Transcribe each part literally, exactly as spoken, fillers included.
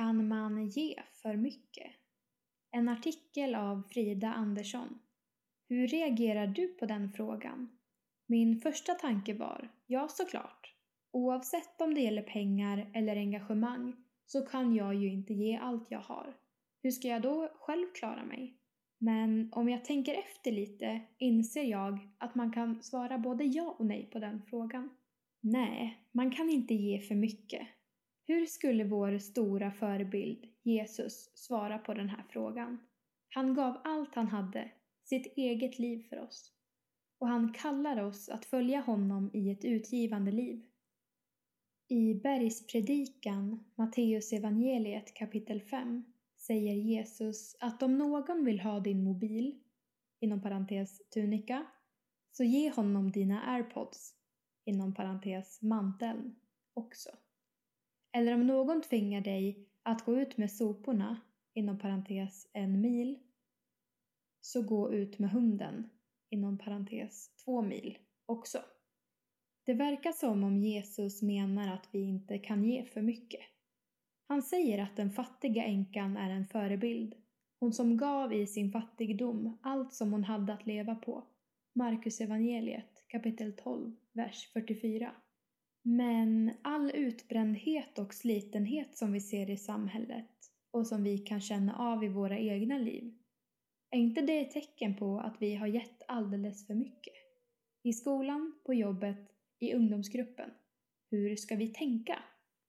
Kan man ge för mycket? En artikel av Frida Andersson. Hur reagerar du på den frågan? Min första tanke var, ja såklart. Oavsett om det gäller pengar eller engagemang så kan jag ju inte ge allt jag har. Hur ska jag då själv klara mig? Men om jag tänker efter lite inser jag att man kan svara både ja och nej på den frågan. Nej, man kan inte ge för mycket. Hur skulle vår stora förebild, Jesus, svara på den här frågan? Han gav allt han hade, sitt eget liv för oss. Och han kallar oss att följa honom i ett utgivande liv. I Bergspredikan, Matteus evangeliet kapitel fem, säger Jesus att om någon vill ha din mobil, inom parentes tunika, så ge honom dina airpods, inom parentes manteln, också. Eller om någon tvingar dig att gå ut med soporna, inom parentes en mil, så gå ut med hunden, inom parentes två mil, också. Det verkar som om Jesus menar att vi inte kan ge för mycket. Han säger att den fattiga änkan är en förebild. Hon som gav i sin fattigdom allt som hon hade att leva på. Markus evangeliet kapitel tolv, vers fyrtiofyra. Men all utbrändhet och slitenhet som vi ser i samhället och som vi kan känna av i våra egna liv, är inte det ett tecken på att vi har gett alldeles för mycket? I skolan, på jobbet, i ungdomsgruppen. Hur ska vi tänka?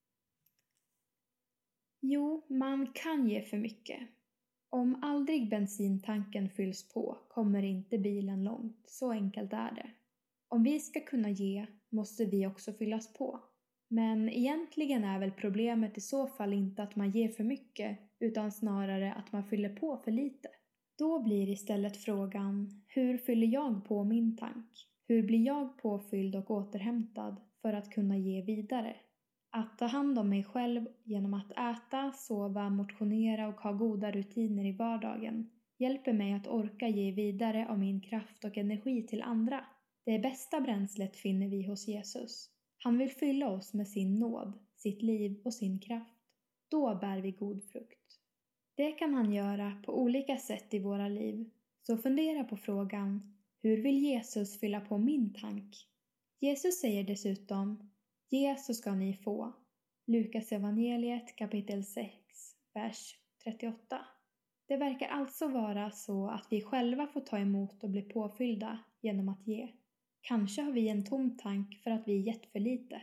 Jo, man kan ge för mycket. Om aldrig bensintanken fylls på kommer inte bilen långt, så enkelt är det. Om vi ska kunna ge måste vi också fyllas på. Men egentligen är väl problemet i så fall inte att man ger för mycket utan snarare att man fyller på för lite. Då blir istället frågan, hur fyller jag på min tank? Hur blir jag påfylld och återhämtad för att kunna ge vidare? Att ta hand om mig själv genom att äta, sova, motionera och ha goda rutiner i vardagen hjälper mig att orka ge vidare av min kraft och energi till andra. Det bästa bränslet finner vi hos Jesus. Han vill fylla oss med sin nåd, sitt liv och sin kraft. Då bär vi god frukt. Det kan han göra på olika sätt i våra liv. Så fundera på frågan, hur vill Jesus fylla på min tank? Jesus säger dessutom, ge så ska ni få. Lukas evangeliet kapitel sex, vers trettioåtta. Det verkar alltså vara så att vi själva får ta emot och bli påfyllda genom att ge. Kanske har vi en tom tank för att vi gett för lite.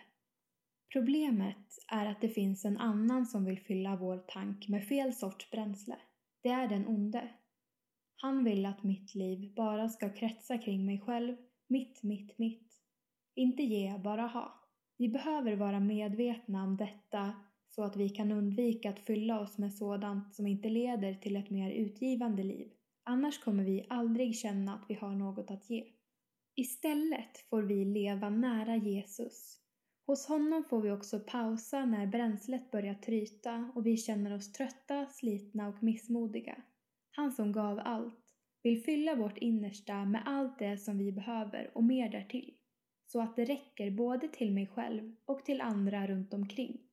Problemet är att det finns en annan som vill fylla vår tank med fel sorts bränsle. Det är den onde. Han vill att mitt liv bara ska kretsa kring mig själv, mitt, mitt, mitt. Inte ge, bara ha. Vi behöver vara medvetna om detta så att vi kan undvika att fylla oss med sådant som inte leder till ett mer utgivande liv. Annars kommer vi aldrig känna att vi har något att ge. Istället får vi leva nära Jesus. Hos honom får vi också pausa när bränslet börjar tryta och vi känner oss trötta, slitna och missmodiga. Han som gav allt vill fylla vårt innersta med allt det som vi behöver och mer därtill. Så att det räcker både till mig själv och till andra runt omkring.